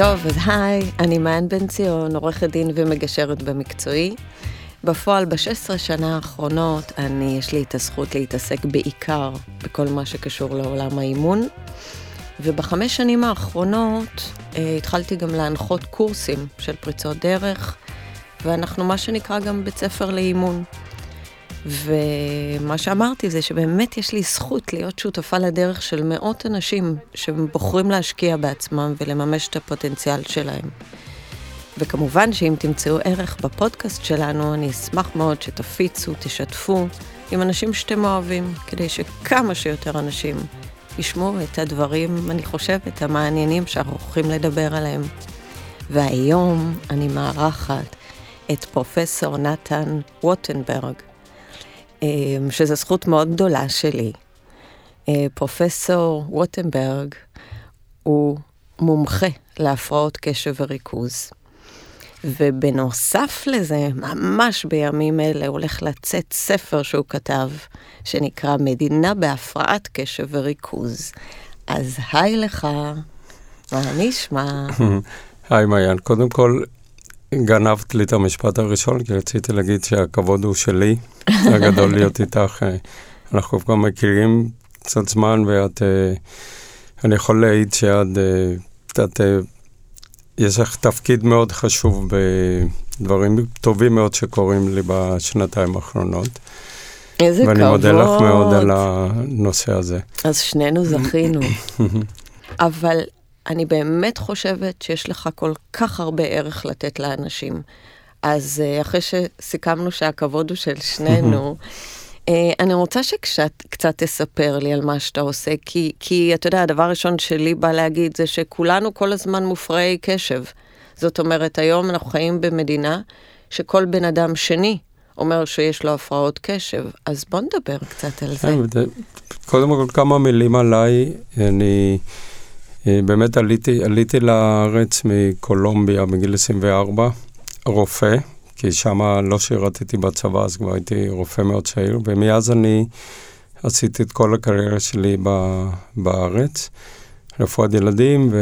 טוב, אז היי, אני מעיין בן ציון, עורכת דין ומגשרת במקצועי. בפועל, ב-16 שנה האחרונות, יש לי את הזכות להתעסק בעיקר בכל מה שקשור לעולם האימון. וב5 שנים האחרונות התחלתי גם להנחות קורסים של פריצות דרך, ואנחנו מה שנקרא גם בית ספר לאימון. ומה שאמרתי זה שבאמת יש לי זכות להיות שותפה לדרך של מאות אנשים שבוחרים להשקיע בעצמם ולממש את הפוטנציאל שלהם. וכמובן שאם תמצאו ערך בפודקאסט שלנו, אני אשמח מאוד שתפיצו, תשתפו עם אנשים שאתם אוהבים, כדי שכמה שיותר אנשים ישמעו את הדברים, אני חושבת, המעניינים שאנחנו הולכים לדבר עליהם. והיום אני מארחת את פרופסור נתן ווטנברג, שזו זכות מאוד גדולה שלי. פרופסור ווטנברג הוא מומחה להפרעות קשב וריכוז. ובנוסף לזה, ממש בימים אלה הולך לצאת ספר שהוא כתב, שנקרא מדינה בהפרעת קשב וריכוז. אז היי לך, מה נשמע? היי מעיין, קודם כל גנבת לי את המשפט הראשון, כי רציתי להגיד שהכבוד הוא שלי, הגדול להיות איתך. אנחנו גם מכירים קצת זמן, אני יכול להעיד יש לך תפקיד מאוד חשוב בדברים טובים מאוד שקורים לי בשנתיים האחרונות. איזה כבוד. ואני מודה לך מאוד על הנושא הזה. אז שנינו זכינו. אבל אני באמת חושבת שיש לך כל כך הרבה ערך לתת לאנשים. אז אחרי שסיכמנו שהכבוד הוא של שנינו, אני רוצה שקצת תספר לי על מה שאתה עושה, כי אתה יודע, הדבר הראשון שלי בא להגיד זה שכולנו כל הזמן מופרעי קשב. זאת אומרת, היום אנחנו חיים במדינה שכל בן אדם שני אומר שיש לו הפרעות קשב. אז בוא נדבר קצת על זה. קודם כל כמה מילים עליי. אני באמת עליתי לארץ מקולומביה בגיל 24, רופא. כי שם לא שירתתי בצבא, אז כבר הייתי רופא מאוד צעיר, ומאז אני עשיתי את כל הקריירה שלי בארץ, רפואת ילדים,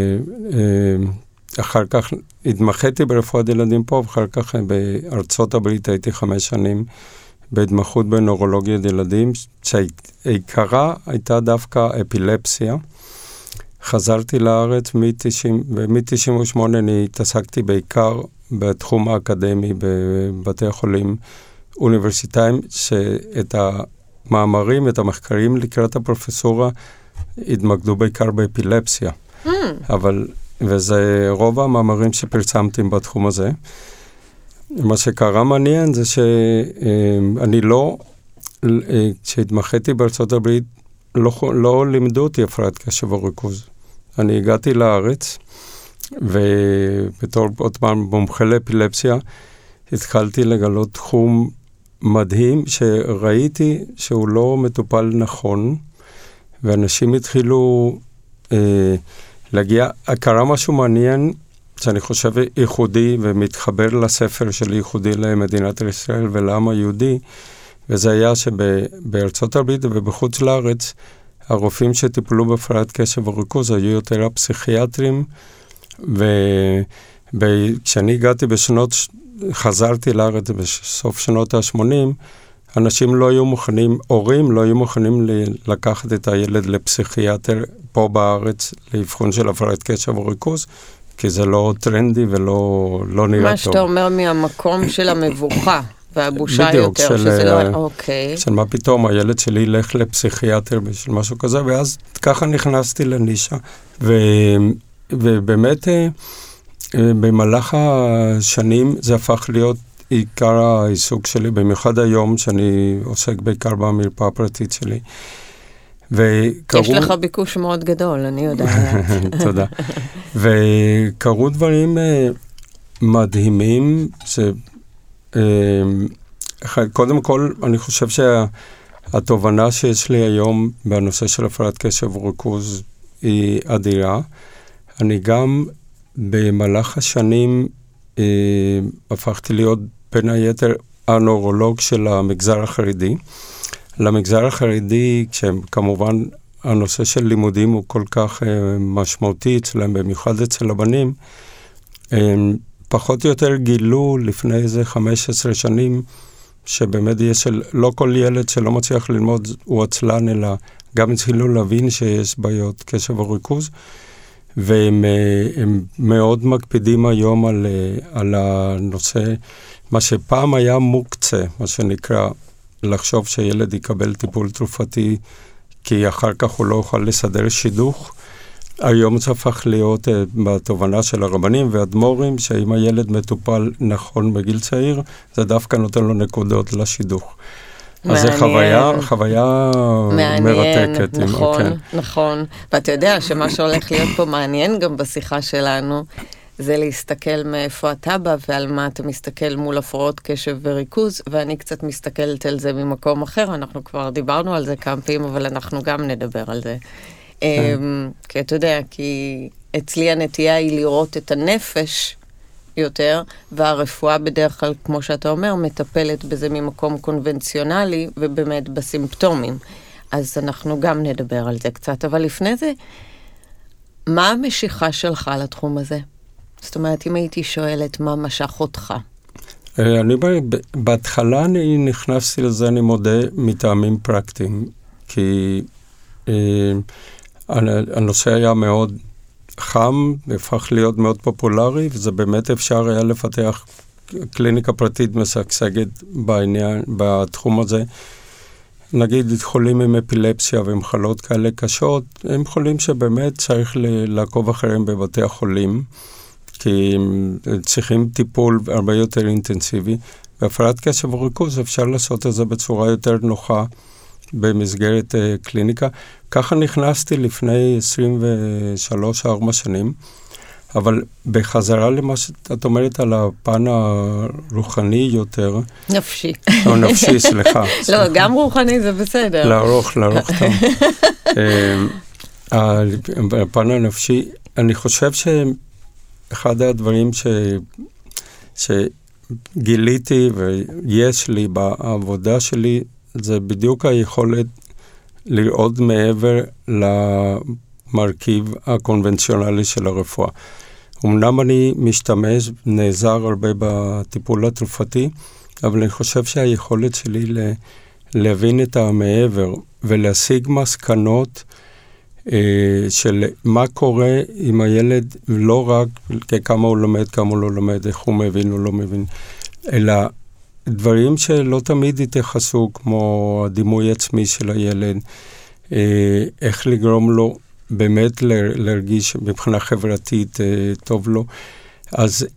ואחר כך התמחיתי ברפואת ילדים פה, ואחר כך בארצות הברית הייתי 5 שנים בהתמחות בנוירולוגיית ילדים, שהעיקרה הייתה דווקא אפילפסיה. חזרתי לארץ מ-98, אני התעסקתי בעיקר בתחום האקדמי, בבתי החולים אוניברסיטאיים, שאת המאמרים, את המחקרים לקראת הפרופסורה, התמקדו בעיקר באפילפסיה. וזה רוב המאמרים שפרסמתם בתחום הזה. מה שקרה מעניין זה שאני כשהתמחיתי בארצות הברית, לא לימדו אותי הפרעת קשב וריכוז. אני הגעתי לארץ, ובתור עוד פעם מומחה לאפילפסיה, התחלתי לגלות תחום מדהים שראיתי שהוא לא מטופל נכון, ואנשים התחילו להגיע, קרה משהו מעניין, שאני חושב ייחודי, ומתחבר לספר שלי ייחודי למדינת ישראל ולעם היהודי, וזה היה שבארצות הברית ובחוץ לארץ, הרופאים שטיפלו בהפרעת קשב וריכוז היו יותר הפסיכיאטרים, וכשאני הגעתי חזרתי לארץ בסוף שנות ה-80, אנשים לא היו מוכנים, הורים לא היו מוכנים לקחת את הילד לפסיכיאטר פה בארץ, לאבחון של הפרעת קשב וריכוז, כי זה לא טרנדי ולא נראה טוב. מה שאתה אומר מהמקום של המבוכה. והבושה יותר, שזה לא... אוקיי. של מה פתאום, הילד שלי ילך לפסיכיאטר בשביל משהו כזה, ואז ככה נכנסתי לנישה. ובאמת, במהלך השנים זה הפך להיות עיקר העיסוק שלי, במיוחד היום שאני עוסק בעיקר במרפאה הפרטית שלי. יש לך ביקוש מאוד גדול, אני יודעת. תודה. וקרו דברים מדהימים, קודם כל, אני חושב שהתובנה שיש לי היום בנושא של הפרעת קשב וריכוז היא אדירה. אני גם במהלך השנים הפכתי להיות בין היתר הנוירולוג של המגזר החרדי. למגזר החרדי, כשהם כמובן הנושא של לימודים הוא כל כך משמעותי אצלם, במיוחד אצל הבנים, פחות או יותר גילו לפני איזה 15 שנים, שבאמת יש לא כל ילד שלא מצליח ללמוד הוא עצלן, אלא גם התחילו להבין שיש בעיות קשב וריכוז, והם מאוד מקפידים היום על הנושא, מה שפעם היה מוקצה, מה שנקרא, לחשוב שילד יקבל טיפול תרופתי, כי אחר כך הוא לא יוכל לסדר שידוך. היום זה הפך להיות בתובנה של הרבנים והאדמו"רים, שאם הילד מטופל נכון בגיל צעיר, זה דווקא נותן לו נקודות לשידוך. אז זה חוויה מרתקת. נכון, נכון. ואתה יודע שמה שהולך להיות פה מעניין גם בשיחה שלנו, זה להסתכל מאיפה אתה בא ועל מה אתה מסתכל מול הפרעות קשב וריכוז, ואני קצת מסתכלת על זה ממקום אחר, אנחנו כבר דיברנו על זה כמה פעמים, אבל אנחנו גם נדבר על זה. כי אתה יודע, כי אצלי הנטייה היא לראות את הנפש יותר, והרפואה בדרך כלל, כמו שאתה אומר, מטפלת בזה ממקום קונבנציונלי, ובאמת בסימפטומים. אז אנחנו גם נדבר על זה קצת, אבל לפני זה, מה המשיכה שלך לתחום הזה? זאת אומרת, אם הייתי שואלת מה משך אותך? בהתחלה אני נכנסתי לזה, אני מודה, מטעמים פרקטיים, כי הנושא היה מאוד חם, הפך להיות מאוד פופולרי, וזה באמת אפשר היה לפתח קליניקה פרטית משגשגת בתחום הזה. נגיד, חולים עם אפילפסיה ומחלות כאלה קשות, הם חולים שבאמת צריך לעקוב אחריהם בבתי החולים, כי הם צריכים טיפול הרבה יותר אינטנסיבי. בהפרעת קשב וריכוז אפשר לעשות את זה בצורה יותר נוחה במסגרת קליניקה. ככה נכנסתי לפני 23-4 שנים, אבל בחזרה למה שאת אומרת על הפן הרוחני יותר. נפשי. או נפשי, סליחה. לא, גם רוחני זה בסדר. לערוך טוב. הפן הנפשי, אני חושב שאחד הדברים שגיליתי ויש לי בעבודה שלי, זה בדיוק היכולת לראות מעבר למרכיב הקונבנציונלי של הרפואה. אמנם אני משתמש, נעזר הרבה בטיפול התרופתי, אבל אני חושב שהיכולת שלי להבין את המעבר ולהשיג מסקנות של מה קורה עם הילד, לא רק כמה הוא לומד, כמה הוא לא לומד, איך הוא מבין או לא מבין, אלא דברים שלא תמיד התייחסו, כמו הדימוי עצמי של הילד, איך לגרום לו באמת להרגיש מבחינה חברתית טוב לו. אז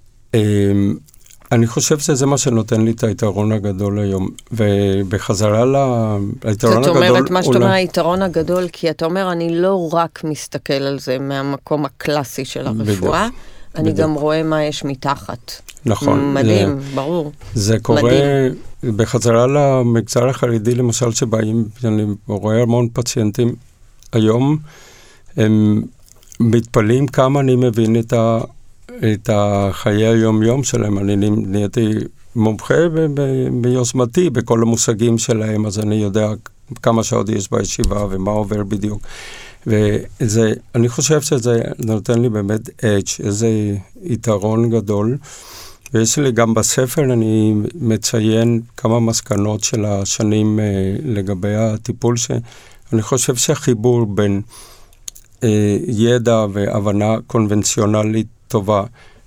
אני חושב שזה מה שנותן לי את היתרון הגדול היום. ובחזרה ליתרון הגדול... זאת אומרת, מה שאתה אומר, היתרון הגדול, כי אתה אומר, אני לא רק מסתכל על זה מהמקום הקלאסי של הרפואה, אני גם רואה מה יש מתחת. נכון. מדהים, ברור. זה קורה בחזרה למגזר החרדי, למשל, שבאים, אני רואה המון פציינטים היום, הם מתפלאים כמה אני מבין את החיי היום-יום שלהם. אני נהייתי מומחה ביוזמתי בכל המושגים שלהם, אז אני יודע כמה שעות יש בישיבה ומה עובר בדיוק. וזה, אני חושב שזה נותן לי באמת איזה יתרון גדול. ויש לי גם בספר, אני מציין כמה מסקנות של השנים לגבי הטיפול, שאני חושב שהחיבור בין ידע והבנה קונבנציונלית טובה,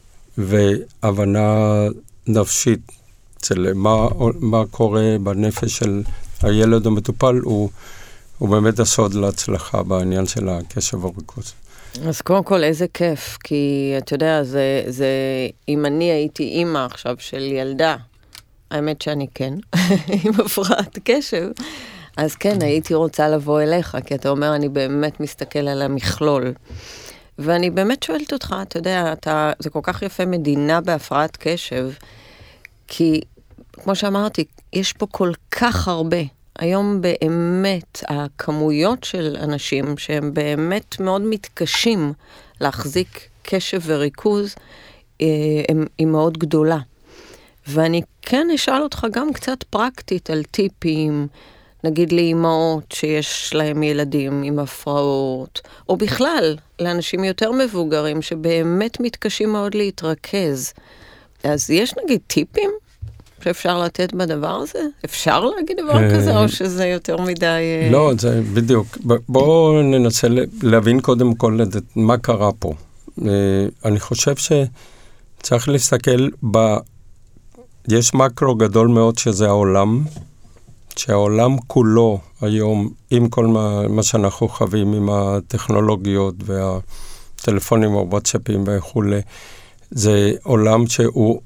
והבנה נפשית של מה קורה בנפש של הילד המטופל, הוא באמת הסוד להצלחה בעניין של הקשב וריכוז. אז קודם כל, איזה כיף, כי אתה יודע, אם אני הייתי אימא עכשיו של ילדה, האמת שאני כן, עם הפרעת קשב, אז כן, הייתי רוצה לבוא אליך, כי אתה אומר, אני באמת מסתכל על המכלול. ואני באמת שואלת אותך, אתה יודע, זה כל כך יפה מדינה בהפרעת קשב, כי כמו שאמרתי, יש פה כל כך הרבה. היום באמת הכמויות של אנשים שהם באמת מאוד מתקשים להחזיק קשב וריכוז, היא מאוד גדולה. ואני כן אשאל אותך גם קצת פרקטית על טיפים, נגיד לאימהות שיש להם ילדים עם הפרעות, או בכלל, לאנשים יותר מבוגרים שבאמת מתקשים מאוד להתרכז. אז יש נגיד טיפים שאפשר לתת בדבר הזה? אפשר להגיד דבר כזה, או שזה יותר מדי... לא, זה בדיוק. בואו ננסה להבין קודם כל מה קרה פה. אני חושב שצריך להסתכל יש מקרו גדול מאוד שזה העולם, שהעולם כולו היום, עם כל מה שאנחנו חווים, עם הטכנולוגיות והטלפונים והוואטסאפים וכו', זה עולם שהוא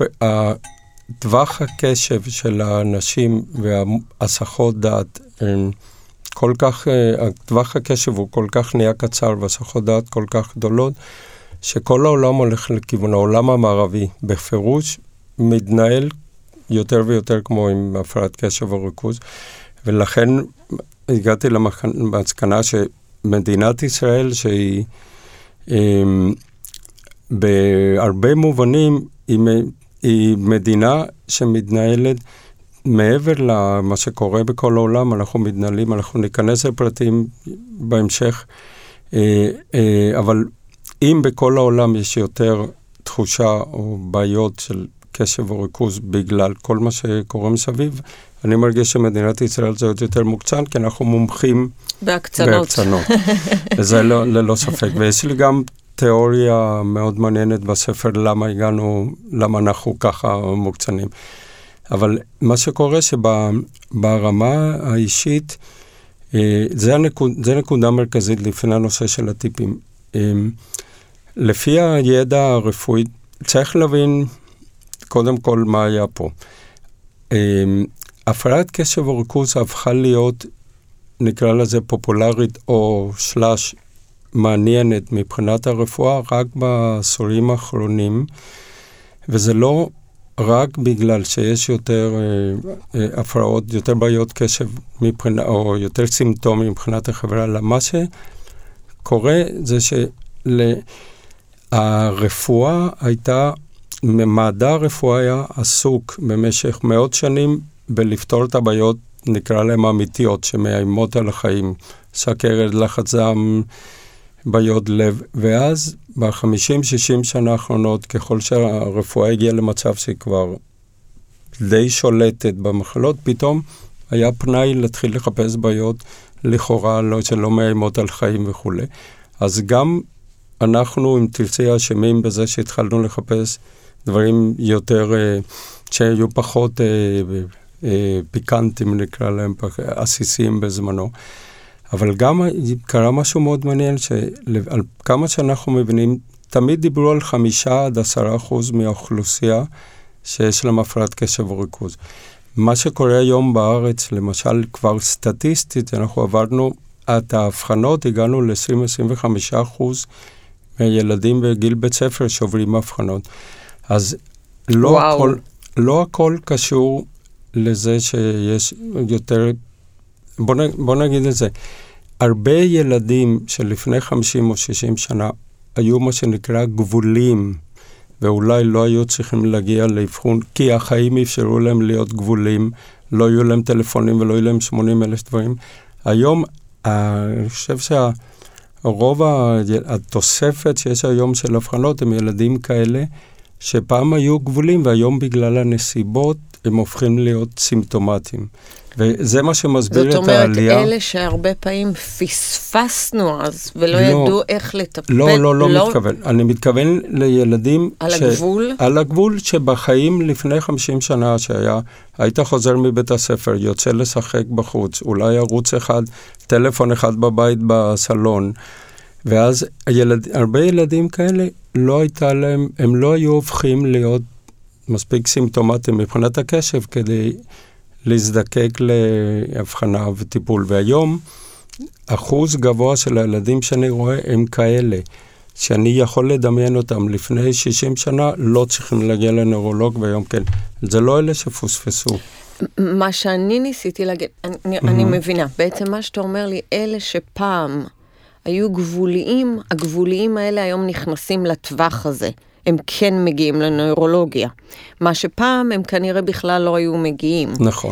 טווח הקשב של האנשים והסחות דעת, כל כך, טווח הקשב הוא כל כך נהיה קצר והסחות דעת כל כך גדולות, שכל העולם הולך לכיוון, העולם המערבי בפירוש מתנהל יותר ויותר כמו עם הפרעת קשב או ריכוז, ולכן הגעתי למסקנה שמדינת ישראל, שהיא בהרבה מובנים היא מדינה שמתנהלת מעבר למה שקורה בכל העולם, אנחנו מתנהלים, אנחנו ניכנס לפרטים בהמשך, אבל אם בכל העולם יש יותר תחושה או בעיות של קשב או ריכוז בגלל כל מה שקורה מסביב, אני מרגיש שמדינת ישראל זה עוד יותר מוקצן, כי אנחנו מומחים בהקצנות. וזה ללא ספק. ויש לי גם תיאוריה מאוד מעניינת בספר, למה אנחנו ככה מוקצנים. אבל מה שקורה שברמה האישית, זה נקודה מרכזית לפני הנושא של הטיפים. לפי הידע הרפואי, צריך להבין קודם כל מה היה פה. הפרעת קשב וריכוז הפכה להיות, נקרא לזה פופולרית או שלש מעניינת מבחינת הרפואה רק בעשורים האחרונים, וזה לא רק בגלל שיש יותר הפרעות, יותר בעיות קשב או יותר סימפטומים מבחינת החברה, אלא מה שקורה זה שהרפואה הייתה, מדע הרפואה היה עסוק במשך מאות שנים בלפתור את הבעיות, נקרא להם אמיתיות, שמאיימות על החיים, סכרת, לחץ דם, בעיות לב, ואז ב-50-60 שנה האחרונות, ככל שהרפואה הגיעה למצב שהיא כבר די שולטת במחלות, פתאום היה פנאי להתחיל לחפש בעיות לכאורה, שלא מאיימות על חיים וכו'. אז גם אנחנו, אם תרצי, אשמים בזה שהתחלנו לחפש דברים יותר, שהיו פחות פיקנטים, נקרא להם, עסיסיים בזמנו. אבל גם קרה משהו מאוד מעניין, שעל כמה שאנחנו מבינים, תמיד דיברו על 5-10% מהאוכלוסייה שיש להם הפרעת קשב וריכוז. מה שקורה היום בארץ, למשל כבר סטטיסטית, אנחנו עברנו את ההבחנות, הגענו ל-20-25% מהילדים בגיל בית ספר שעוברים הבחנות. אז לא הכל קשור לזה שיש יותר, בוא נגיד את זה, הרבה ילדים שלפני 50 או 60 שנה היו מה שנקרא גבולים, ואולי לא היו צריכים להגיע לאבחון, כי החיים אפשרו להם להיות גבולים, לא היו להם טלפונים ולא היו להם 80,000 דברים. היום, אני חושב שהרוב התוספת שיש היום של הבחנות הם ילדים כאלה, שפעם היו גבולים, והיום בגלל הנסיבות הם הופכים להיות סימפטומטיים. וזה מה שמסביר את העלייה. זאת אומרת, אלה שהרבה פעמים פספסנו אז, ולא ידעו איך לטפל. לא מתכוון. אני מתכוון לילדים על הגבול? על הגבול שבחיים לפני 50 שנה היית חוזר מבית הספר, יוצא לשחק בחוץ, אולי ערוץ אחד, טלפון אחד בבית בסלון, ואז הרבה ילדים כאלה לא הייתה להם, הם לא היו הופכים להיות מספיק סימפטומטיים מבחינת הקשב כדי להזדקק להבחנה וטיפול. והיום, אחוז גבוה של הילדים שאני רואה הם כאלה, שאני יכול לדמיין אותם לפני 60 שנה, לא צריכים להגיע לנוירולוג, והיום כן. זה לא אלה שפוספסו. מה שאני ניסיתי להגיד, אני מבינה, בעצם מה שאתה אומר לי, אלה שפעם היו גבוליים, הגבוליים האלה היום נכנסים לטווח הזה. הם כן מגיעים לנוירולוגיה. מה שפעם הם כנראה בכלל לא היו מגיעים. נכון.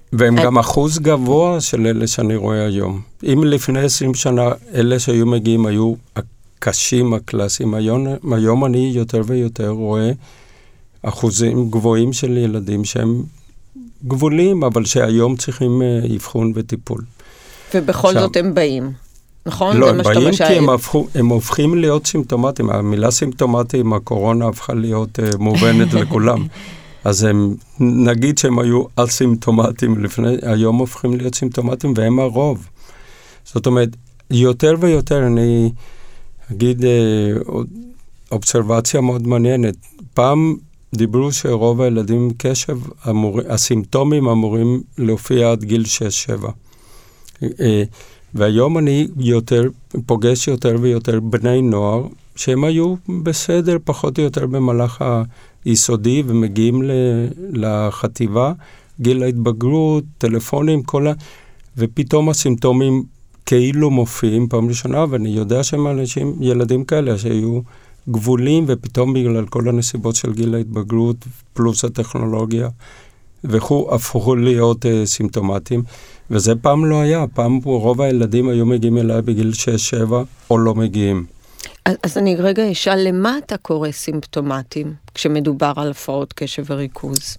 והם גם אחוז גבוה של אלה שאני רואה היום. אם לפני 20 שנה אלה שהיו מגיעים היו הקשים, הקלאסיים, היום אני יותר ויותר רואה אחוזים גבוהים של ילדים שהם גבולים, אבל שהיום צריכים אבחון וטיפול. ובכל זאת הם באים, נכון? לא, הם באים כי הם הופכים להיות סימפטומטיים. המילה סימפטומטיים, הקורונה הפכה להיות מובנת לכולם. אז הם, נגיד שהם היו אסימפטומטיים לפני, היום הופכים להיות סימפטומטיים, והם הרוב. זאת אומרת, יותר ויותר, אני אגיד אובזרבציה מאוד מעניינת. פעם דיברו שרוב הילדים עם קשב, הסימפטומים אמורים להופיע עד גיל 6-7. והיום אני פוגש יותר ויותר בני נוער, שהם היו בסדר פחות או יותר במהלך היסודי, ומגיעים לחטיבה, גיל ההתבגרות, טלפונים, ופתאום הסימפטומים כאילו מופיעים פעם ראשונה, ואני יודע שהם אנשים, ילדים כאלה שהיו גבולים, ופתאום בגלל כל הנסיבות של גיל ההתבגרות, פלוס הטכנולוגיה, וכו', הפכו להיות סימפטומטיים, וזה פעם לא היה. פעם רוב הילדים היו מגיעים אליי בגיל 6-7, או לא מגיעים. אז אני רגע אשאל, למה אתה קורא סימפטומטיים, כשמדובר על הפרעות קשב וריכוז?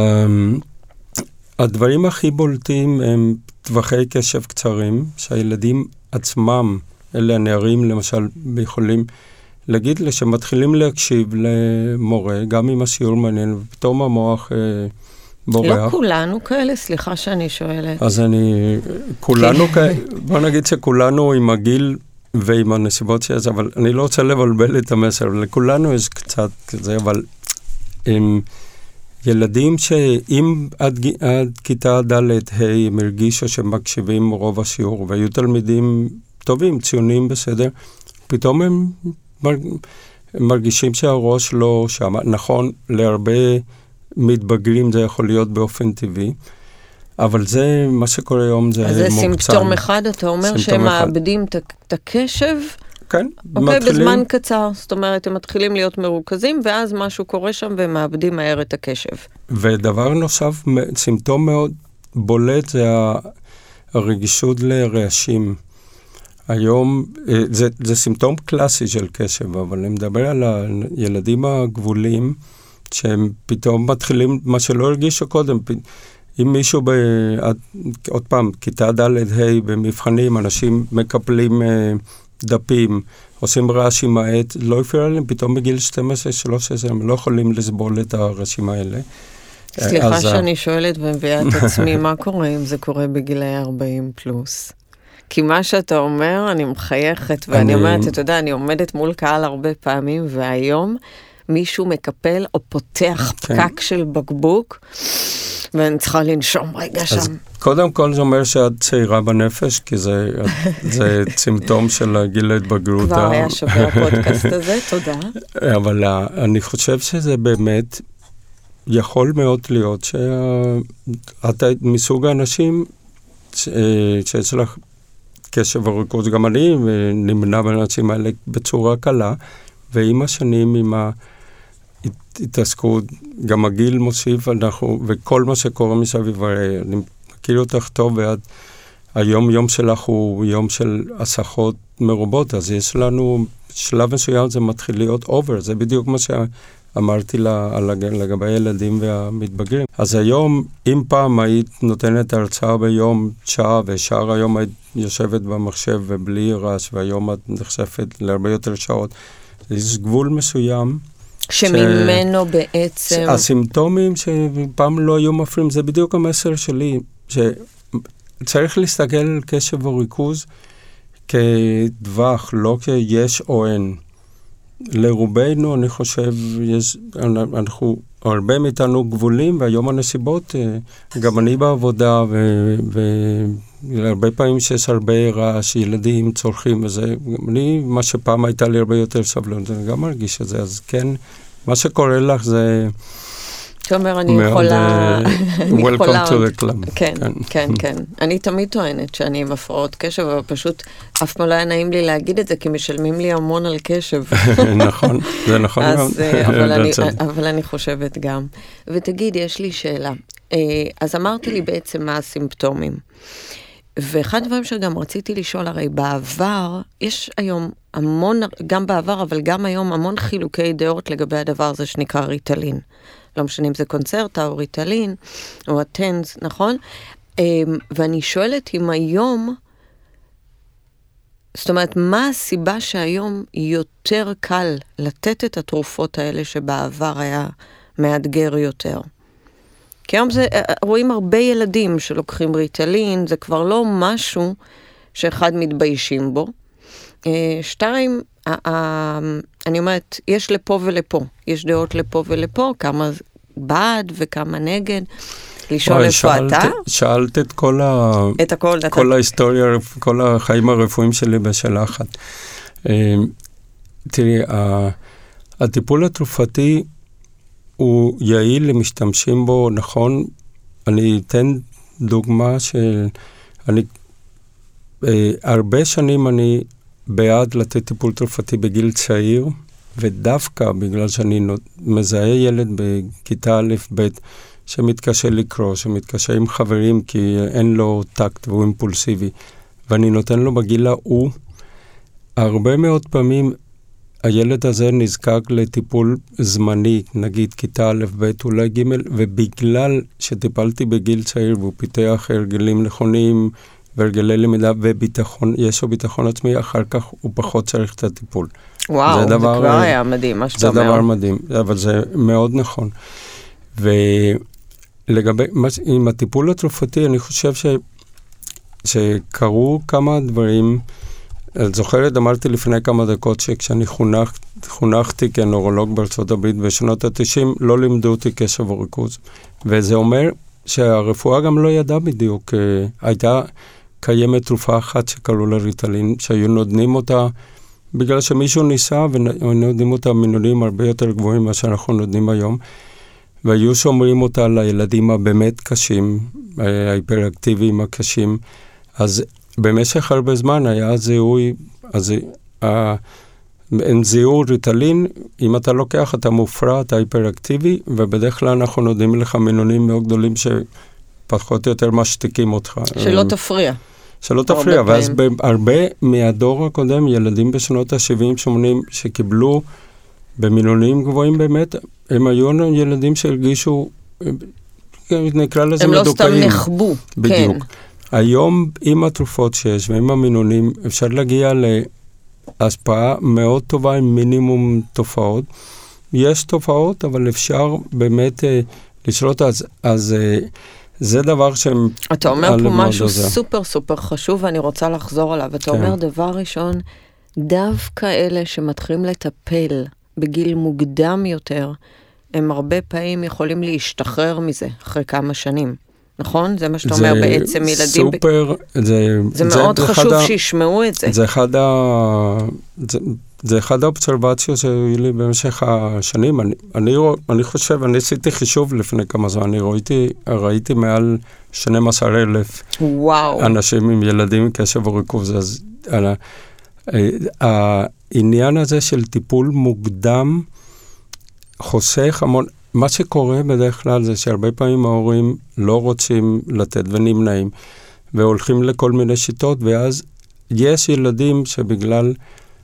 הדברים הכי בולטים הם טווחי קשב קצרים, שהילדים עצמם, אלה הנערים למשל, יכולים להגיד לי שמתחילים להקשיב למורה, גם אם השיעור מעניין, ופתאום המוח בורח. לא כולנו כאלה, סליחה שאני שואלת. אז כולנו כאלה, בוא נגיד שכולנו עם הגיל ועם הנסיבות שיש, אבל אני לא רוצה לבלבל את המסר, לכולנו יש קצת כזה, אבל עם ילדים שאם עד כיתה ד' הם הרגישו שמקשיבים רוב השיעור, והיו תלמידים טובים, ציונים בסדר, פתאום הם מרגישים שהראש לא שם. נכון, להרבה מתבגרים זה יכול להיות באופן טבעי, אבל זה, מה שקורה היום זה מוקצן. אז זה סימפטום אחד, אתה אומר שהם מאבדים את הקשב? כן. אוקיי, בזמן קצר. זאת אומרת, הם מתחילים להיות מרוכזים, ואז משהו קורה שם והם מאבדים מהר את הקשב. ודבר נוסף, סימפטום מאוד בולט, זה הרגישות לרעשים. היום, זה סימפטום קלאסי של קשב, אבל אני מדבר על הילדים הגבולים, שהם פתאום מתחילים, מה שלא הרגישו קודם, אם מישהו עוד פעם, כיתה ד' ה' במבחנים, אנשים מקפלים דפים, עושים רעש עם העט, לא הפריע להם, פתאום בגיל 12-13 הם לא יכולים לסבול את הרעשים האלה. סליחה שאני שואלת ומביאה את עצמי, מה קורה אם זה קורה בגילי 40 פלוס? כי מה שאתה אומר, אני מחייכת, ואני אומרת, אתה יודע, אני עומדת מול קהל הרבה פעמים, והיום מישהו מקפל או פותח פקק של בקבוק, ואני צריכה לנשום רגע שם. אז קודם כל זה אומר שאת צעירה בנפש, כי זה סימפטום של גיל ההתבגרות. כבר היה שווה הפודקאסט הזה, תודה. אבל אני חושב שזה באמת יכול מאוד להיות שאת מסוג האנשים שיש לך קשב וריכוז, גם אני נמנע באנשים האלה בצורה קלה, ועם השנים, עם ההתעסקות, גם הגיל מוסיף, וכל מה שקורה מסביב, אני מכיר אותך טוב, היום יום שלך הוא יום של הסחות מרובות, אז יש לנו, שלב מסוים זה מתחיל להיות אובר, זה בדיוק מה שאמרתי לגבי הילדים והמתבגרים. אז היום, אם פעם היית נותנת הרצאה ביום שעה, ושאר היום היית יושבת במחשב ובלי רעש, והיום את נחשפת להרבה יותר שעות, יש גבול מסוים. שממנו בעצם... הסימפטומים שפעם לא היו מפריעים, זה בדיוק המסר שלי, שצריך להסתכל על קשב וריכוז כדווח, לא כיש או אין. לרובנו, אני חושב, אנחנו הרבה מאיתנו גבולים, והיום הנסיבות, גם אני בעבודה, והרבה פעמים שיש הרבה רעש, ילדים צורכים וזה, מה שפעם הייתה לי הרבה יותר סבלנות, אני גם מרגיש את זה, אז כן, מה שקורה לך זה... תומר, אני יכולה... Welcome to the club. כן, כן, כן. אני תמיד טוענת שאני עם הפרעות קשב, אבל פשוט אף פעם לא היה נעים לי להגיד את זה, כי משלמים לי המון על קשב. נכון, זה נכון. אבל אני חושבת גם. ותגיד, יש לי שאלה. אז אמרתי לי בעצם מה הסימפטומים. ואחד הדברים שגם רציתי לשאול, הרי בעבר, יש היום המון, גם בעבר, אבל גם היום המון חילוקי דעות לגבי הדבר הזה שנקרא ריטלין. לא משנה אם זה קונצרטה או ריטלין, או הטנס, נכון? ואני שואלת אם היום, זאת אומרת, מה הסיבה שהיום יותר קל לתת את התרופות האלה שבעבר היה מאתגר יותר? כי היום רואים הרבה ילדים שלוקחים ריטלין, זה כבר לא משהו שאחד מתביישים בו. שתיים, אני אומרת, יש לפה ולפה, יש דעות לפה ולפה, כמה בעד וכמה נגד. לשאול איפה אתה? שאלת את כל ההיסטוריה, כל החיים הרפואיים שלי בשאלה אחת. תראי, הטיפול התרופתי הוא יעיל למשתמשים בו, נכון? אני אתן דוגמה שאני, הרבה שנים אני בעד לתת טיפול תרופתי בגיל צעיר, ודווקא בגלל שאני מזהה ילד בכיתה א' ב' שמתקשה לקרוא, שמתקשה עם חברים כי אין לו טקט והוא אימפולסיבי, ואני נותן לו בגיל ההוא, הרבה מאוד פעמים הילד הזה נזקק לטיפול זמני, נגיד כיתה א' ב' אולי ג', ובגלל שטיפלתי בגיל צעיר והוא פיתח הרגלים נכונים והרגלי למידה וביטחון, יש לו ביטחון עצמי, אחר כך הוא פחות צריך את הטיפול. וואו, זה כבר היה מדהים, מה שאתה אומר. זה דבר מדהים, אבל זה מאוד נכון. ולגבי, עם הטיפול התרופתי, אני חושב שקרו כמה דברים. זוכרת, אמרתי לפני כמה דקות שכשאני חונכתי כנורולוג בארצות הברית בשנות ה-90, לא לימדו אותי קשב וריכוז. וזה אומר שהרפואה גם לא ידעה בדיוק. הייתה קיימת תרופה אחת שקראו לה ריטלין, שהיו נותנים אותה בגלל שמישהו ניסה, ונותנים אותה מינונים הרבה יותר גבוהים מה שאנחנו נותנים היום, והיו שומרים אותה לילדים הבאמת קשים, ההיפראקטיביים הקשים. אז במשך הרבה זמן היה זיהוי, אין זיהוי ריטלין, אם אתה לוקח, אתה מופרע, אתה היפראקטיבי, ובדרך כלל אנחנו נותנים לך מינונים מאוד גדולים שפחות או יותר משתיקים אותך. שלא תפריע. שלא תפריע, ואז הרבה מהדור הקודם, ילדים בשנות ה-70-80 שקיבלו במינונים גבוהים באמת, הם היו ילדים שהרגישו, נקרא לזה מדוכאים. הם לא סתם נחבו. בדיוק. כן. היום עם התרופות שיש ועם המינונים, אפשר להגיע להשפעה מאוד טובה עם מינימום תופעות. יש תופעות, אבל אפשר באמת לשלוט, אז זה דבר שהם... אתה אומר פה משהו סופר סופר חשוב, ואני רוצה לחזור עליו. אתה אומר דבר ראשון, דווקא אלה שמתחילים לטפל בגיל מוקדם יותר, הם הרבה פעמים יכולים להשתחרר מזה אחרי כמה שנים. נכון? זה מה שאתה אומר בעצם ילדים... סופר, זה מאוד חשוב שישמעו את זה. זה אחד האובזרבציות שהיו לי במשך השנים. אני חושב, אני עשיתי חישוב לפני כמה זמן, אני ראיתי מעל 12,000 אנשים עם ילדים עם קשב וריכוז. אז העניין הזה של טיפול מוקדם חוסך המון... מה שקורה בדרך כלל זה שהרבה פעמים ההורים לא רוצים לתת ונמנעים, והולכים לכל מיני שיטות, ואז יש ילדים שבגלל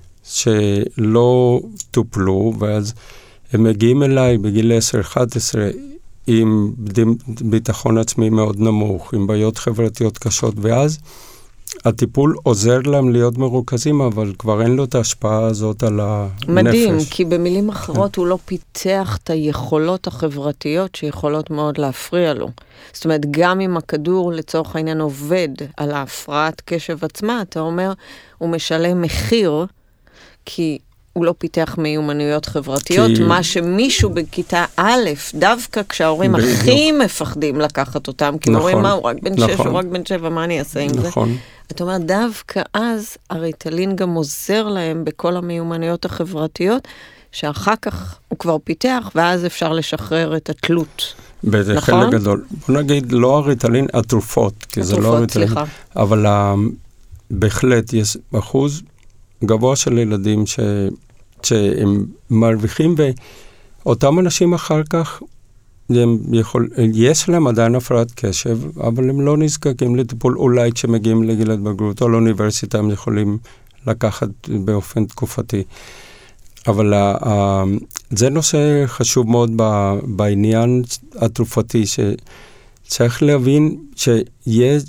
שלא טופלו, ואז הם מגיעים אליי בגיל 10-11 עם ביטחון עצמי מאוד נמוך, עם בעיות חברתיות קשות, ואז הטיפול עוזר להם להיות מרוכזים, אבל כבר אין לו את ההשפעה הזאת על הנפש. מדהים, כי במילים אחרות הוא לא פיתח את היכולות החברתיות שיכולות מאוד להפריע לו. זאת אומרת, גם אם הכדור לצורך העניין עובד על ההפרעת קשב עצמה, אתה אומר, הוא משלם מחיר, כי הוא לא פיתח מיומנויות חברתיות, מה שמישהו בכיתה א', דווקא כשההורים הכי מפחדים לקחת אותם, כי אומרים, מה, הוא רק בן 6, הוא רק בן 7, מה אני אעשה עם זה? אתה אומר, דווקא אז הריטלין גם עוזר להם בכל המיומנויות החברתיות, שאחר כך הוא כבר פיתח, ואז אפשר לשחרר את התלות. בזה חלק גדול. בוא נגיד, לא הריטלין, התרופות, כי זה לא הריטלין. אבל בהחלט יש אחוז גבוה של ילדים שהם מרוויחים, ואותם אנשים אחר כך יש להם עדיין הפרעת קשב, אבל הם לא נזקקים לטיפול, אולי כשמגיעים לגיל ההתבגרות או לאוניברסיטה, הם יכולים לקחת באופן תקופתי. אבל זה נושא חשוב מאוד בעניין התרופתי, שצריך להבין שיש,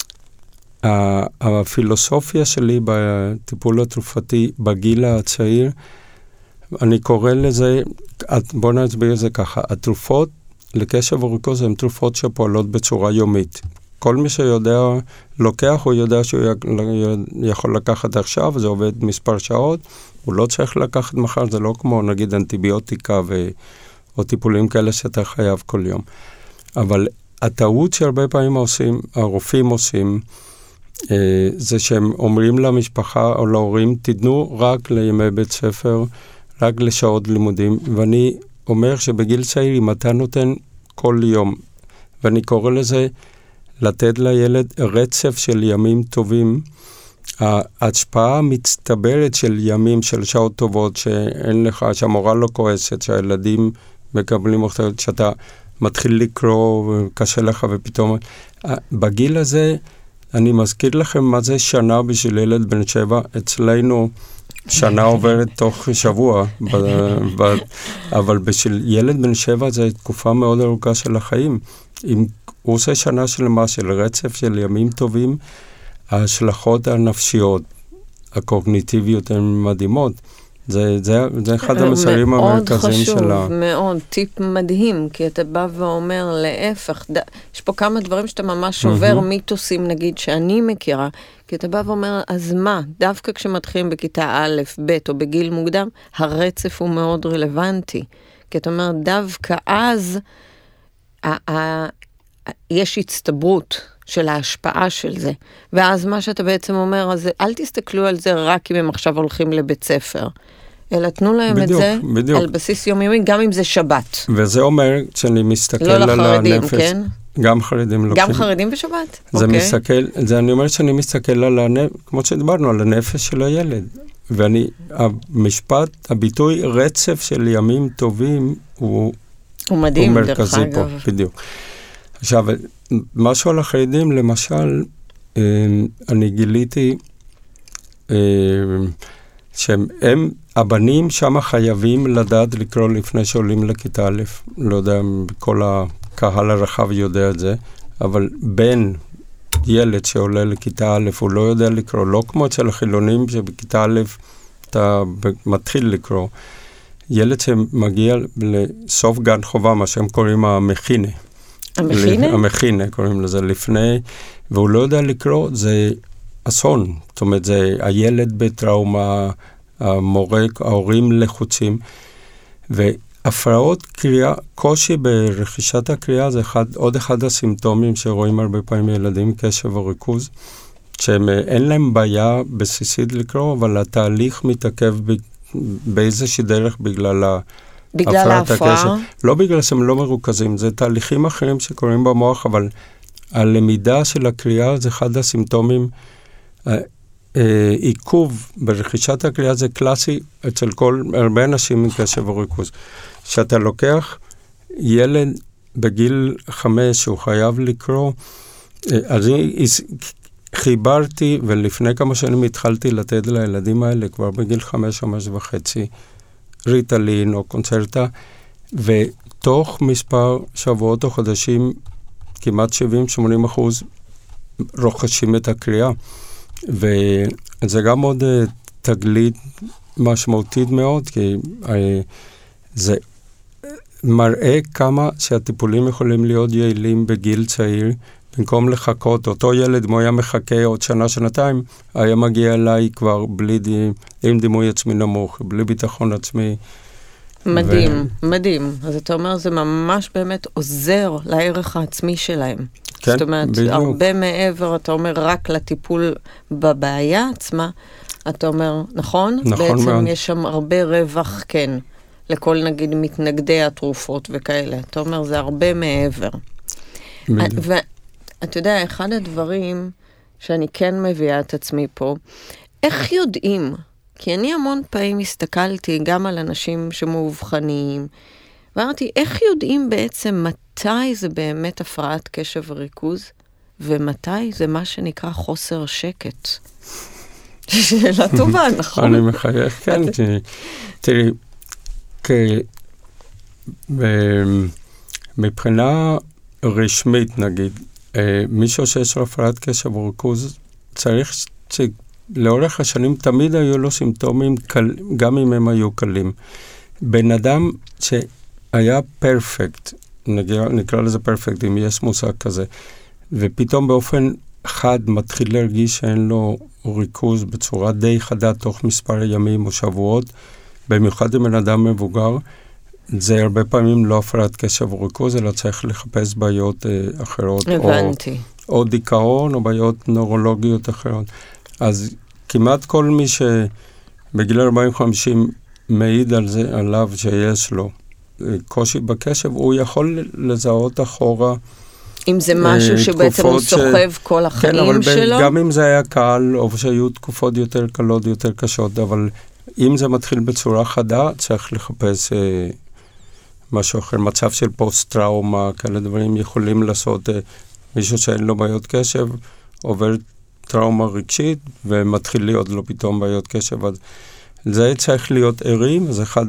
הפילוסופיה שלי בטיפול התרופתי בגיל הצעיר, אני קורא לזה, בוא נסביר את זה ככה, התרופות לקשב וריכוז הן תרופות שפועלות בצורה יומית. כל מי שיודע, לוקח, הוא יודע שהוא יכול לקחת עכשיו, זה עובד מספר שעות, הוא לא צריך לקחת מחר, זה לא כמו נגיד אנטיביוטיקה או טיפולים כאלה שאתה חייב כל יום. אבל הטעות שהרבה פעמים הרופאים עושים, זה שהם אומרים למשפחה או להורים, תדנו רק לימי בית ספר, רק לשעות לימודים, ואני אומר שבגיל צעיר, אם אתה נותן כל יום, ואני קורא לזה, לתת לילד רצף של ימים טובים, ההשפעה המצטברת של ימים, של שעות טובות, שאין לך, שהמורה לא כועסת, שהילדים מקבלים אחרת, שאתה מתחיל לקרוא וקשה לך ופתאום, בגיל הזה, אני מזכיר לכם מה זה שנה בשביל ילד בן 7, אצלנו שנה עוברת תוך שבוע, אבל בשביל ילד בן 7 זה תקופה מאוד ארוכה של החיים. אם הוא עושה שנה שלמה של רצף של ימים טובים, ההשלכות הנפשיות, הקוגניטיביות הן מדהימות. זה אחד המסרים המרכזיים שלה. מאוד חשוב, מאוד, טיפ מדהים, כי אתה בא ואומר להפך, יש פה כמה דברים שאתה ממש עובר מיתוסים, נגיד, שאני מכירה, כי אתה בא ואומר, אז מה? דווקא כשמתחילים בכיתה א', ב' או בגיל מוקדם, הרצף הוא מאוד רלוונטי. כי אתה אומר, דווקא אז יש הצטברות של ההשפעה של זה. ואז מה שאתה בעצם אומר, אז אל תסתכלו על זה רק אם הם עכשיו הולכים לבית ספר, אלא תנו להם את זה על בסיס יומיומי, גם אם זה שבת. וזה אומר שאני מסתכל על הנפש. לא לחרדים, כן? גם חרדים לוקחים. גם חרדים בשבת? זה מסתכל, זה אני אומר שאני מסתכל על כמו שדיברנו, על הנפש של הילד. המשפט, הביטוי רצף של ימים טובים, הוא מדהים, מרכזי פה, בדיוק. עכשיו, משהו על החרדים, למשל, אני גיליתי שהם, הבנים שם חייבים לדעת לקרוא לפני שעולים לכיתה א', לא יודע אם כל הקהל הרחב יודע את זה, אבל בן ילד שעולה לכיתה א', הוא לא יודע לקרוא, לא כמו אצל החילונים שבכיתה א' אתה מתחיל לקרוא. ילד שמגיע לסוף גן חובה, מה שהם קוראים המכינה. המכינה? המכינה, קוראים לזה לפני, והוא לא יודע לקרוא, זה אסון. זאת אומרת, זה הילד בטראומה, המורה, ההורים לחוצים, והפרעות קריאה, קושי ברכישת הקריאה, זה עוד אחד הסימפטומים שרואים הרבה פעמים ילדים, קשב וריכוז, שאין להם בעיה בסיסית לקרוא, אבל התהליך מתעכב באיזושהי דרך בגלל ההפרעה? לא בגלל שהם לא מרוכזים, זה תהליכים אחרים שקורים במוח, אבל הלמידה של הקריאה זה אחד הסימפטומים, עיכוב ברכישת הקריאה זה קלאסי אצל הרבה אנשים עם קשב וריכוז. שאתה לוקח ילד בגיל 5 שהוא חייב לקרוא, אז חיברתי, ולפני כמה שנים התחלתי לתת לילדים האלה, כבר בגיל 5 וחצי, ריטלין או קונצרטה, ותוך מספר שבועות או חודשים, כמעט 70-80% רוכשים את הקריאה. וזה גם עוד תגלית משמעותית מאוד, כי זה מראה כמה שהטיפולים יכולים להיות יעילים בגיל צעיר, במקום לחכות, אותו ילד, אם הוא היה מחכה עוד שנה, שנתיים, היה מגיע אליי כבר עם דימוי עצמי נמוך, בלי ביטחון עצמי. מדהים, מדהים. אז אתה אומר, זה ממש באמת עוזר לערך העצמי שלהם. כן, זאת אומרת, בדיוק. הרבה מעבר, אתה אומר, רק לטיפול בבעיה עצמה, אתה אומר, נכון? נכון בעצם מאוד. יש שם הרבה רווח, כן, לכל נגיד מתנגדי התרופות וכאלה. אתה אומר, זה הרבה מעבר. ואתה יודע, אחד הדברים שאני כן מביאה את עצמי פה, איך יודעים? כי אני המון פעמים הסתכלתי גם על אנשים שמאובחנים, ואמרתי, איך יודעים בעצם מתי זה באמת הפרעת קשב וריכוז, ומתי זה מה שנקרא חוסר שקט? שאלה טובה, נכון? אני מחייך, כן. תראי, מבחינה רשמית, נגיד, מישהו שיש לו הפרעת קשב וריכוז, צריך לאורך השנים תמיד היו לו סימפטומים, גם אם הם היו קלים. בן אדם שהיה פרפקט, נקרא לזה פרפקט, אם יש מושג כזה, ופתאום באופן חד מתחיל להרגיש שאין לו ריכוז בצורה די חדה תוך מספר ימים או שבועות, במיוחד עם בן אדם מבוגר, זה הרבה פעמים לא הפרעת קשב וריכוז, אלא צריך לחפש בעיות אחרות. הבנתי. או דיכאון, או בעיות נורולוגיות אחרות. אז כמעט כל מי שבגיל 40-50 מעיד על זה, עליו שיש לו קושי בקשב, הוא יכול לזהות אחורה. אם זה משהו שבעצם הוא סוחב כל החיים כן, שלו? גם אם זה היה קל, או שהיו תקופות יותר קלות, יותר קשות, אבל אם זה מתחיל בצורה חדה, צריך לחפש משהו אחר. מצב של פוסט-טראומה, כאלה דברים יכולים לעשות, מישהו שאין לו בעיות קשב, עובר טראומה רגשית, ומתחיל להיות לו פתאום בעיות קשב. אז זה צריך להיות ערים, אז אחד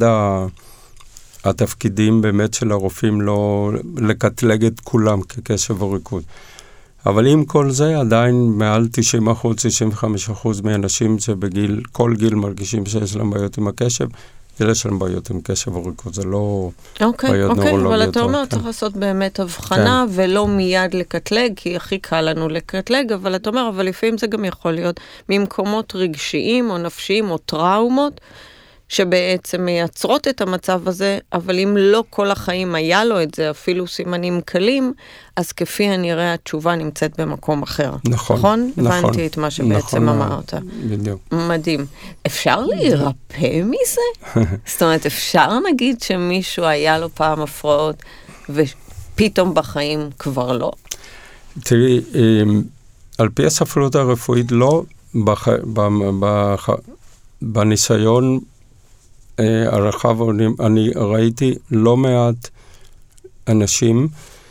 התפקידים באמת של הרופאים לא לקטלג את כולם כקשב וריכוז. אבל עם כל זה, עדיין מעל 90%, 95% מהאנשים שבגיל, כל גיל מרגישים שיש להם בעיות עם הקשב, יש להם בעיות עם קשב וריכוז, זה לא בעיות נורולוגיות. אבל אתה אומר, צריך לעשות באמת הבחנה, ולא מיד לקטלג, כי הכי קל לנו לקטלג, אבל אתה אומר, אבל לפעמים זה גם יכול להיות ממקומות רגשיים או נפשיים או טראומות, שבעצם מייצרות את המצב הזה, אבל אם לא כל החיים היה לו את זה, אפילו סימנים קלים, אז כפי הנראה התשובה נמצאת במקום אחר. נכון. נכון? הבנתי את מה שבעצם אמרת. בדיוק. מדהים. אפשר להירפא מזה? זאת אומרת, אפשר נגיד שמישהו היה לו פעם הפרעות, ופתאום בחיים כבר לא? תראי, על פי הספרות הרפואית, לא בניסיון הרחב, אני ראיתי לא מעט אנשים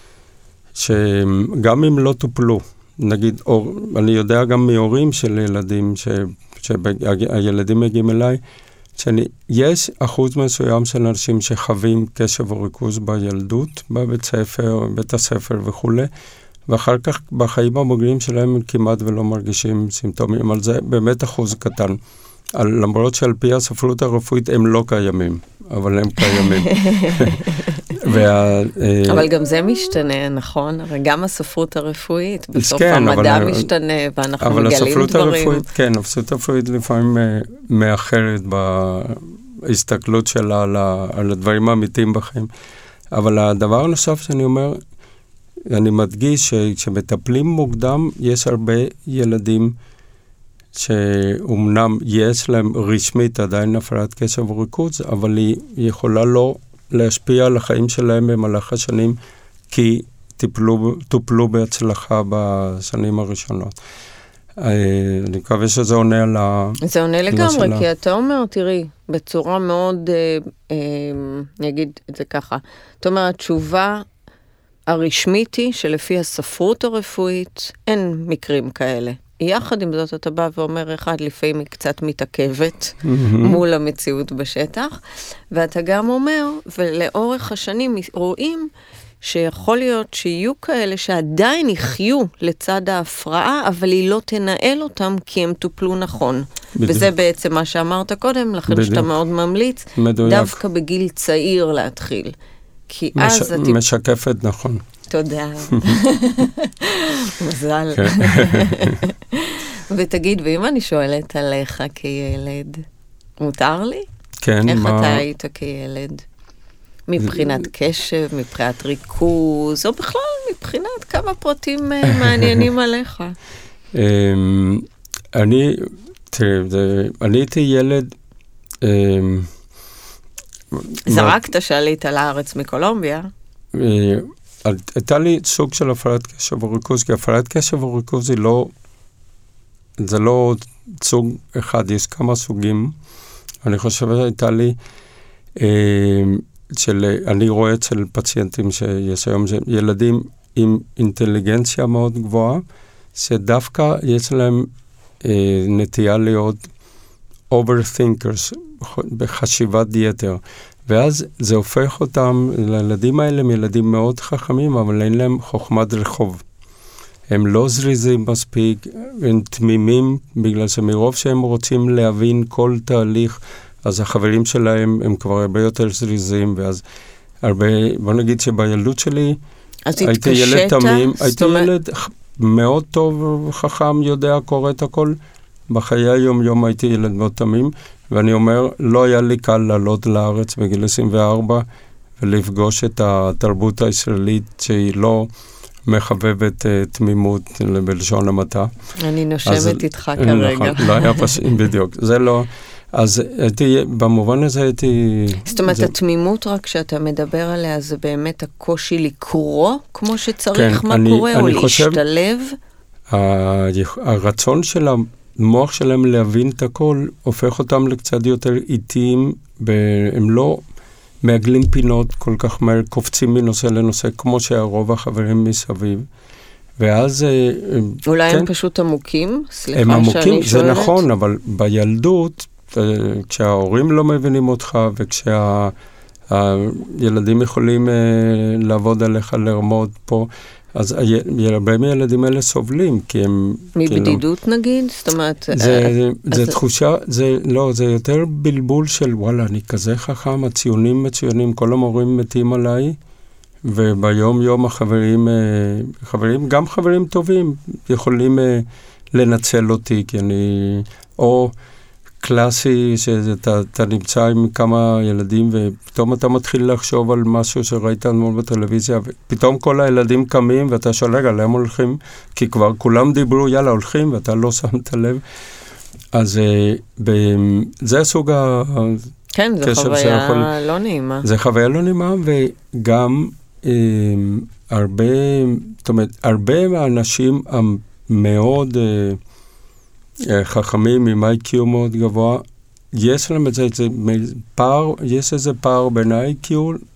שגם אם לא טופלו, נגיד, אני יודע גם מהורים של ילדים, שהילדים מגיעים אליי, יש אחוז מסוים של אנשים שחווים קשב וריכוז בילדות, בבית ספר, בבית הספר וכו', ואחר כך בחיים הבוגרים שלהם כמעט ולא מרגישים סימפטומים, אבל זה באמת אחוז קטן. למרות שעל פי הספרות הרפואית הם לא קיימים, אבל הם קיימים. אבל גם זה משתנה, נכון? הרי גם הספרות הרפואית, בסוף המדע משתנה, ואנחנו מגלים דברים. אבל הספרות הרפואית, כן, הספרות הרפואית לפעמים מאחרת בהסתכלות שלה על הדברים האמיתיים בחיים. אבל הדבר הנוסף שאני אומר, אני מדגיש שכשמטפלים מוקדם, יש הרבה ילדים שאומנם יש להם רשמית עדיין הפרעת קשב וריכוז, אבל היא יכולה לא להשפיע על החיים שלהם במהלך השנים, כי טופלו בהצלחה בשנים הראשונות. אני מקווה שזה עונה על זה עונה לגמרי, כי אתה אומר, תראי, בצורה מאוד, אני אגיד את זה ככה, אתה אומר, התשובה הרשמית היא שלפי הספרות הרפואית, אין מקרים כאלה. יחד עם זאת, אתה בא ואומר, אחד, לפעמים היא קצת מתעכבת מול המציאות בשטח, ואתה גם אומר, ולאורך השנים רואים שיכול להיות שיהיו כאלה שעדיין יחיו לצד ההפרעה, אבל היא לא תנהל אותם כי הם טופלו נכון. בדיוק. וזה בעצם מה שאמרת קודם, לכן בדיוק. שאתה מאוד ממליץ, מדויק. דווקא בגיל צעיר להתחיל. כי אז משקפת נכון. תודה. מזל. ותגיד, ואם אני שואלת עליך כילד, מותר לי? כן. איך אתה היית כילד? מבחינת קשב, מבחינת ריכוז, או בכלל מבחינת כמה פרטים מעניינים עליך? אני הייתי ילד... זרקת שעלית לארץ מקולומביה. הייתה לי סוג של הפרעת קשב וריכוז, כי הפרעת קשב וריכוז זה לא סוג אחד, יש כמה סוגים. אני חושב שהייתה לי אני רואה אצל פציינטים שיש היום ילדים עם אינטליגנציה מאוד גבוהה, שדווקא יש להם נטייה להיות overthinkers, בחשיבת יתר. ואז זה הופך אותם, לילדים האלה הם ילדים מאוד חכמים, אבל אין להם חוכמת רחוב. הם לא זריזים מספיק, הם תמימים, בגלל שמרוב שהם רוצים להבין כל תהליך, אז החברים שלהם הם כבר הרבה יותר זריזים, ואז הרבה, בוא נגיד שבילדות שלי, הייתי ילד תמים, הייתי ילד מאוד טוב וחכם, יודע, קורא את הכל. בחיי היום הייתי ילד מאוד תמים, ואני אומר, לא היה לי קל לעלות לארץ בגיל 24, ולפגוש את התרבות הישראלית שהיא לא מחבבת תמימות בלשון המעטה. אני נושמת איתך כרגע. נכון, לא היה פשוט, בדיוק. זה לא... אז במובן הזה הייתי... זאת אומרת, התמימות רק שאתה מדבר עליה, זה באמת הקושי לקרוא כמו שצריך מה קורה, או להשתלב? הרצון של המוח שלהם להבין את הכל, הופך אותם לקצת יותר איטיים, הם לא מעגלים פינות כל כך מהר, קופצים מנושא לנושא, כמו שהרוב החברים מסביב. ואז... אולי הם פשוט עמוקים? סליחה הם עמוקים, שאני זה נכון, אבל בילדות... כשההורים לא מבינים אותך, וכשהילדים יכולים לעבוד עליך, לרמוד פה, אז הרבה מהילדים האלה סובלים, כי הם... מבדידות נגיד? זאת אומרת... זה תחושה, זה יותר בלבול של, וואלה, אני כזה חכם, הציונים מצוינים, כל המורים מתים עליי, וביום יום החברים, גם חברים טובים, יכולים לנצל אותי, כי אני... או... קלאסי, שאתה נמצא עם כמה ילדים, ופתאום אתה מתחיל לחשוב על משהו שראית אתמול בטלוויזיה, ופתאום כל הילדים קמים, ואתה שואל, רגע, להם הולכים? כי כבר כולם דיברו, יאללה, הולכים, ואתה לא שמת לב. אז זה סוג כן, זו חוויה לא נעימה. זה חוויה לא נעימה, וגם הרבה, זאת אומרת, הרבה מהאנשים המאוד... חכמים עם IQ מאוד גבוה, יש להם את זה, יש איזה פער בין ה-IQ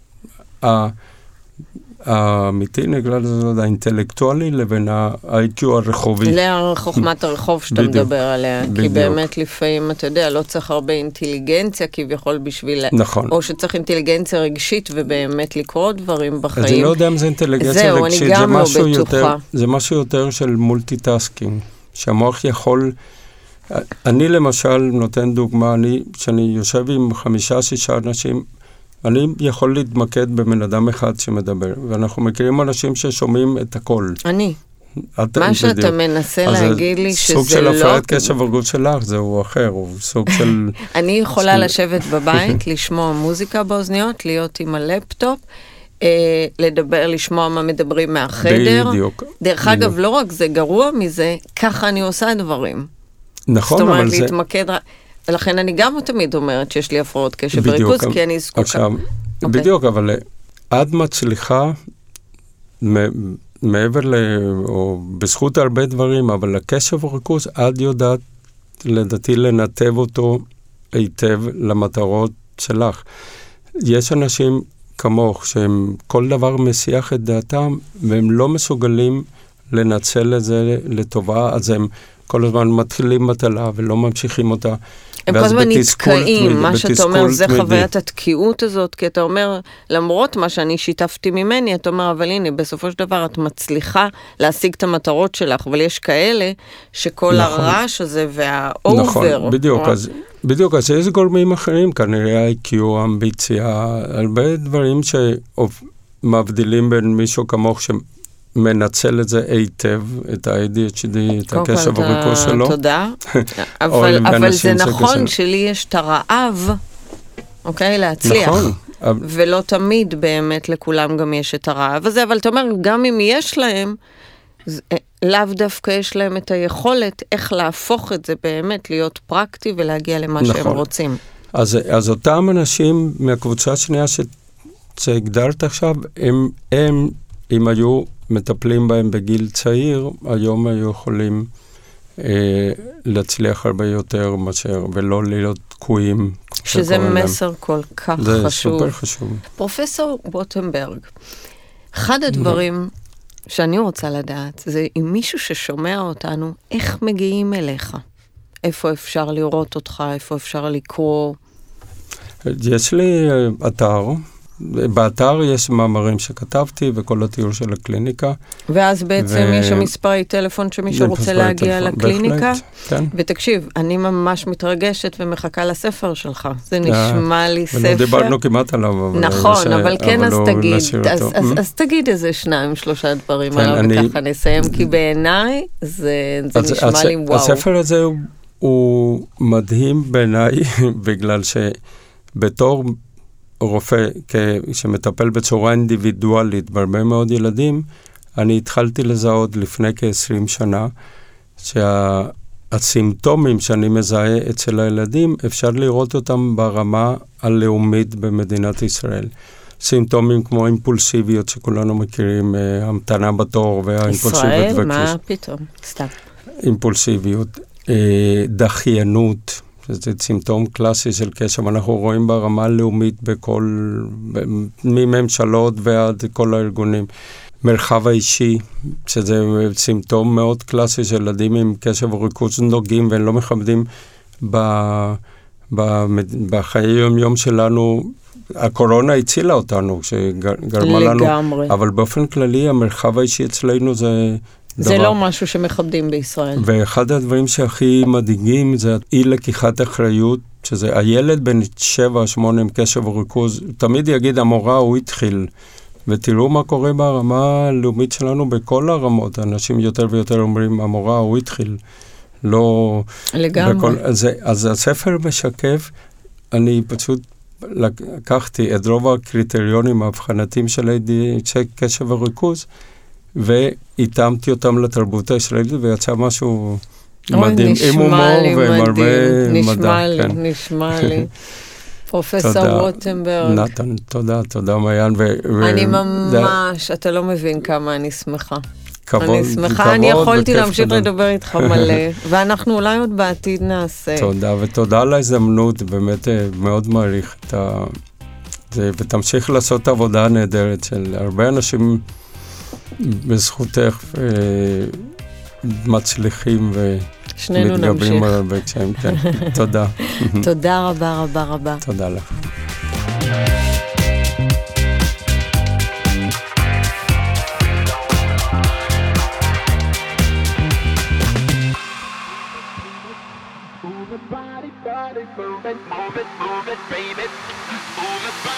האמיתי, נקרא לזה האינטלקטואלי, לבין ה-IQ הרחובי. לחוכמת הרחוב שאתה מדבר עליה, כי באמת לפעמים, אתה יודע, לא צריך הרבה אינטליגנציה, כביכול בשביל... נכון. או שצריך אינטליגנציה רגשית, ובאמת לקרוא דברים בחיים. אז אני לא יודע אם זה אינטליגנציה רגשית, זהו, אני גם לא בטוחה. זה משהו יותר של מולטיטאסקינג. שהמוח יכול, אני למשל נותן דוגמה, שאני יושב עם 5-6 אנשים, אני יכול להתמקד בבן אדם אחד שמדבר, ואנחנו מכירים אנשים ששומעים את הכל. מה שאתה מנסה להגיד לי שזה לא... סוג של הפרעת קשב וריכוז שלך, זהו אחר, הוא סוג של... אני יכולה לשבת בבית, לשמוע מוזיקה באוזניות, להיות עם הלפטופ, לדבר, לשמוע מה מדברים מהחדר. בדיוק. דרך אגב, לא רק זה, גרוע מזה, ככה אני עושה דברים. נכון, אבל זה... זאת אומרת, להתמקד... ולכן אני גם תמיד אומרת שיש לי הפרעות קשב וריכוז, כי אני זקוקה. עכשיו, בדיוק, אבל את מצליחה, מעבר או בזכות הרבה דברים, אבל הקשב וריכוז, את יודעת, לדעתי, לנתב אותו היטב למטרות שלך. יש אנשים כמוך, שהם כל דבר מסיח את דעתם, והם לא מסוגלים לנצל את זה לטובה, אז הם כל הזמן מתחילים מטלה ולא ממשיכים אותה. הם כל הזמן נתקעים, מה שאתה אומר זה חוויית התקיעות הזאת, כי אתה אומר, למרות מה שאני שיתפתי ממני, אתה אומר, אבל הנה, בסופו של דבר את מצליחה להשיג את המטרות שלך, אבל יש כאלה שכל הרעש הזה והאובר... נכון, בדיוק, אז יש גורמים אחרים, כנראה IQ, אמביציה, הרבה דברים שמבדילים בין מישהו כמוך מנצל את זה היטב, את ה-ADHD, את הקשב וריכוז שלו. תודה. אבל זה נכון שלי יש את הרעב, אוקיי, להצליח. נכון. ולא תמיד באמת לכולם גם יש את הרעב הזה, אבל אתה אומר, גם אם יש להם, לאו דווקא יש להם את היכולת איך להפוך את זה באמת, להיות פרקטי ולהגיע למה שהם רוצים. אז אותם אנשים מהקבוצה השנייה שהגדרת עכשיו, הם אם היו מטפלים בהם בגיל צעיר, היום היו יכולים להצליח הרבה יותר מאשר, ולא להיות תקועים. שזה מסר כל כך זה חשוב. סופר חשוב. פרופסור ווטנברג, אחד הדברים שאני רוצה לדעת, זה אם מישהו ששומע אותנו, איך מגיעים אליך? איפה אפשר לראות אותך? איפה אפשר לקרוא? יש לי אתר. באתר יש מאמרים שכתבתי וכל התיאור של הקליניקה. ואז בעצם יש מספרי טלפון שמי שרוצה להגיע לקליניקה. בהחלט, כן. ותקשיב, אני ממש מתרגשת ומחכה לספר שלך. זה נשמע לי ספר. ולא דיברנו כמעט עליו. נכון, אבל כן, אז תגיד. אז תגיד איזה 2-3 דברים עליו, וככה נסיים, כי בעיניי זה נשמע לי וואו. הספר הזה הוא מדהים בעיניי, בגלל שבתור רופא שמטפל בצורה אינדיבידואלית בהרבה מאוד ילדים, אני התחלתי לזהות לפני כ-20 שנה, שהסימפטומים שאני מזהה אצל הילדים, אפשר לראות אותם ברמה הלאומית במדינת ישראל. סימפטומים כמו אימפולסיביות שכולנו מכירים, המתנה בתור והאימפולסיביות. ישראל? מה פתאום? סתם. אימפולסיביות, דחיינות, זה סימפטום קלאסי של קשב, אנחנו רואים ברמה הלאומית מממשלות ועד כל הארגונים. מרחב האישי, שזה סימפטום מאוד קלאסי של ילדים עם קשב וריכוז נוגעים, והם לא מכבדים בחיי יום שלנו. הקורונה הצילה אותנו, שגרמה לנו. לגמרי. אבל באופן כללי, המרחב האישי אצלנו זה זה לא משהו שמכבדים בישראל. ואחד הדברים שהכי מדאיגים זה אי לקיחת אחריות, שזה הילד בן 7-8 עם קשב וריכוז, תמיד יגיד המורה הוא התחיל, ותראו מה קורה ברמה הלאומית שלנו בכל הרמות, אנשים יותר ויותר אומרים המורה הוא התחיל, לא... לגמרי. אז הספר משקף, אני פשוט לקחתי את רוב הקריטריונים ההבחנתיים של קשב וריכוז, והתאמתי אותם לתרבות הישראלית, ויצא משהו מדהים, עם הומור ועם הרבה מדע. נשמע לי. פרופסור ווטנברג. נתן, תודה מעיין. אני ממש, אתה לא מבין כמה אני שמחה. כבוד, אני שמחה, אני יכולתי להמשיך לדבר איתך מלא, ואנחנו אולי עוד בעתיד נעשה. תודה, ותודה על ההזדמנות, באמת מאוד מעריך את זה, ותמשיך לעשות עבודה נהדרת של הרבה אנשים בזכותך מצליחים ומתגברים על הרבה קשיים. תודה. תודה רבה רבה רבה. תודה לך. Move it, body, move it, baby. Move it, baby. Move it, body.